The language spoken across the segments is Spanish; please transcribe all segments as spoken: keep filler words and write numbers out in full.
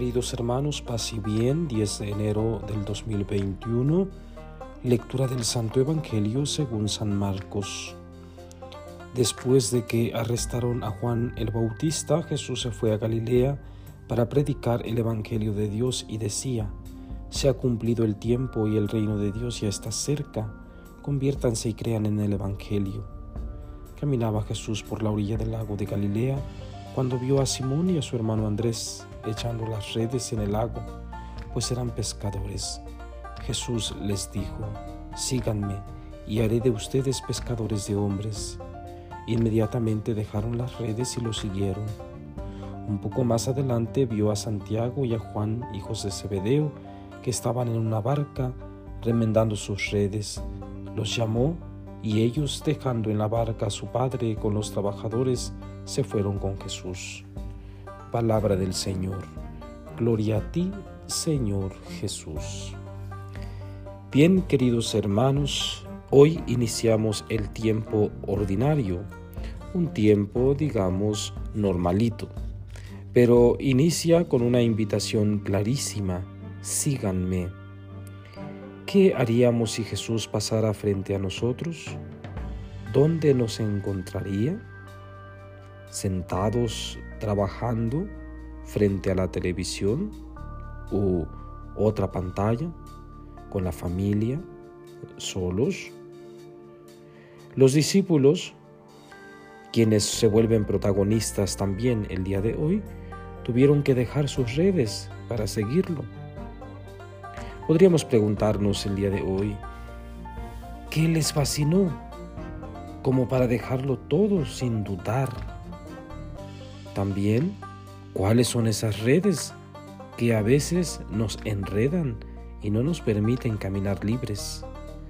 Queridos hermanos, paz y bien, diez de enero del dos mil veintiuno, lectura del Santo Evangelio según San Marcos. Después de que arrestaron a Juan el Bautista, Jesús se fue a Galilea para predicar el Evangelio de Dios y decía: se ha cumplido el tiempo y el reino de Dios ya está cerca, conviértanse y crean en el Evangelio. Caminaba Jesús por la orilla del lago de Galilea cuando vio a Simón y a su hermano Andrés echando las redes en el lago, pues eran pescadores. Jesús les dijo: síganme y haré de ustedes pescadores de hombres. Inmediatamente dejaron las redes y lo siguieron. Un poco más adelante vio a Santiago y a Juan, hijos de Zebedeo, que estaban en una barca remendando sus redes. Los llamó y ellos, dejando en la barca a su padre con los trabajadores, se fueron con Jesús. Palabra del Señor. Gloria a ti, Señor Jesús. Bien, queridos hermanos, hoy iniciamos el tiempo ordinario, un tiempo, digamos, normalito, pero inicia con una invitación clarísima: síganme. ¿Qué haríamos si Jesús pasara frente a nosotros? ¿Dónde nos encontraría? ¿Sentados trabajando frente a la televisión u otra pantalla, con la familia, solos? Los discípulos, quienes se vuelven protagonistas también el día de hoy, tuvieron que dejar sus redes para seguirlo. Podríamos preguntarnos el día de hoy: ¿qué les fascinó como para dejarlo todo sin dudar? También, ¿cuáles son esas redes que a veces nos enredan y no nos permiten caminar libres?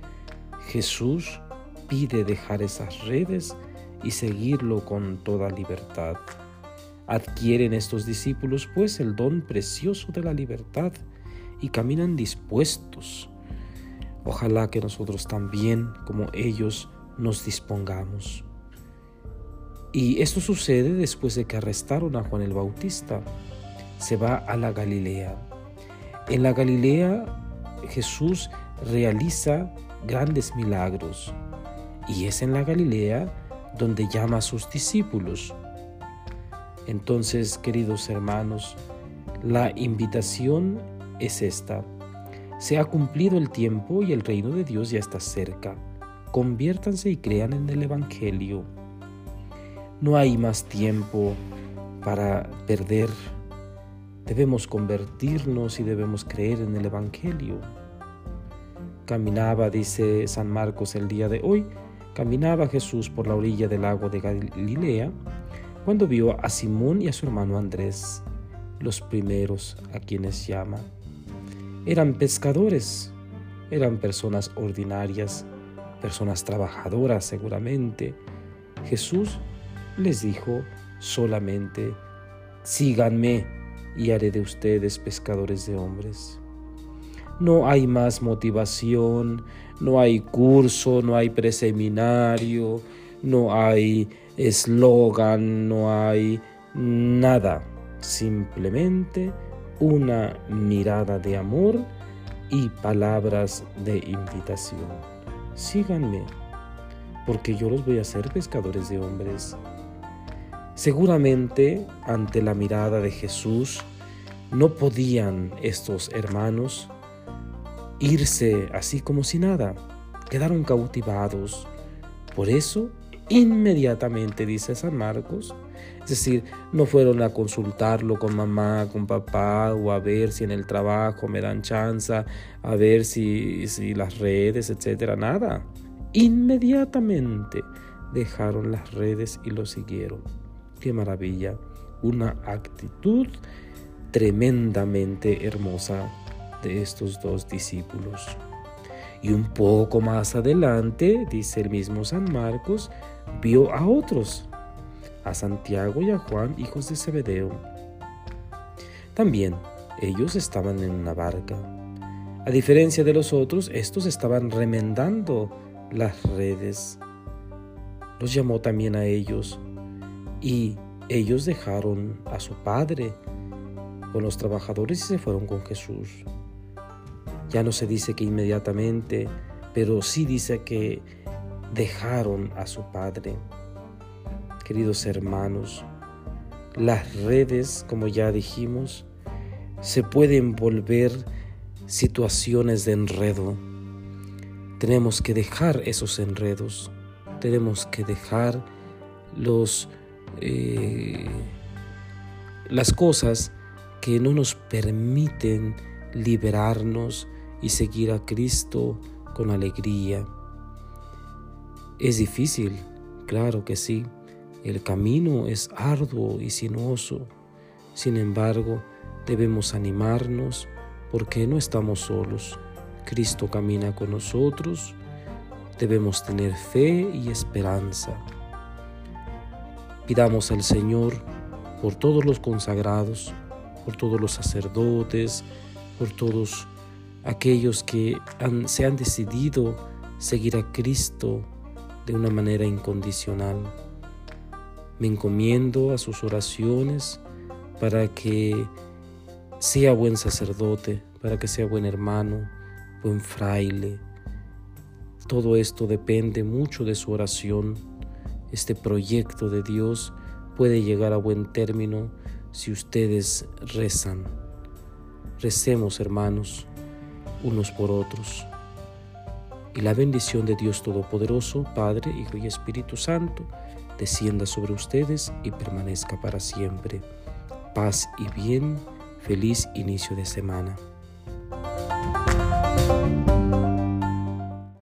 Jesús pide dejar esas redes y seguirlo con toda libertad. Adquieren estos discípulos pues el don precioso de la libertad y caminan dispuestos. Ojalá que nosotros también, como ellos, nos dispongamos. Y esto sucede después de que arrestaron a Juan el Bautista. Se va a la Galilea. En la Galilea Jesús realiza grandes milagros y es en la Galilea donde llama a sus discípulos. Entonces, queridos hermanos, la invitación es esta: se ha cumplido el tiempo y el reino de Dios ya está cerca. Conviértanse y crean en el Evangelio. No hay más tiempo para perder. Debemos convertirnos y debemos creer en el Evangelio. Caminaba, dice San Marcos el día de hoy, caminaba Jesús por la orilla del lago de Galilea cuando vio a Simón y a su hermano Andrés, los primeros a quienes llama. Eran pescadores, eran personas ordinarias, personas trabajadoras seguramente. Jesús les dijo solamente: síganme y haré de ustedes pescadores de hombres. No hay más motivación, no hay curso, no hay preseminario, no hay eslogan, no hay nada. Simplemente una mirada de amor y palabras de invitación. Síganme, porque yo los voy a hacer pescadores de hombres. Seguramente, ante la mirada de Jesús, no podían estos hermanos irse así como si nada. Quedaron cautivados. Por eso, inmediatamente, dice San Marcos, es decir, no fueron a consultarlo con mamá, con papá, o a ver si en el trabajo me dan chance, a ver si, si las redes, etcétera, nada. Inmediatamente dejaron las redes y lo siguieron. ¡Qué maravilla! Una actitud tremendamente hermosa de estos dos discípulos. Y un poco más adelante, dice el mismo San Marcos, vio a otros, a Santiago y a Juan, hijos de Zebedeo. También ellos estaban en una barca. A diferencia de los otros, estos estaban remendando las redes. Los llamó también a ellos y ellos dejaron a su padre con los trabajadores y se fueron con Jesús. Ya no se dice que inmediatamente, pero sí dice que dejaron a su padre. Queridos hermanos, las redes, como ya dijimos, se pueden volver situaciones de enredo. Tenemos que dejar esos enredos, tenemos que dejar los, eh, las cosas que no nos permiten liberarnos y seguir a Cristo con alegría. Es difícil, claro que sí. El camino es arduo y sinuoso. Sin embargo, debemos animarnos porque no estamos solos. Cristo camina con nosotros. Debemos tener fe y esperanza. Pidamos al Señor por todos los consagrados, por todos los sacerdotes, por todos aquellos que han, se han decidido seguir a Cristo de una manera incondicional. Me encomiendo a sus oraciones para que sea buen sacerdote, para que sea buen hermano, buen fraile. Todo esto depende mucho de su oración. Este proyecto de Dios puede llegar a buen término si ustedes rezan. Recemos, hermanos, unos por otros. Y la bendición de Dios Todopoderoso, Padre, Hijo y Espíritu Santo, descienda sobre ustedes y permanezca para siempre. Paz y bien, feliz inicio de semana.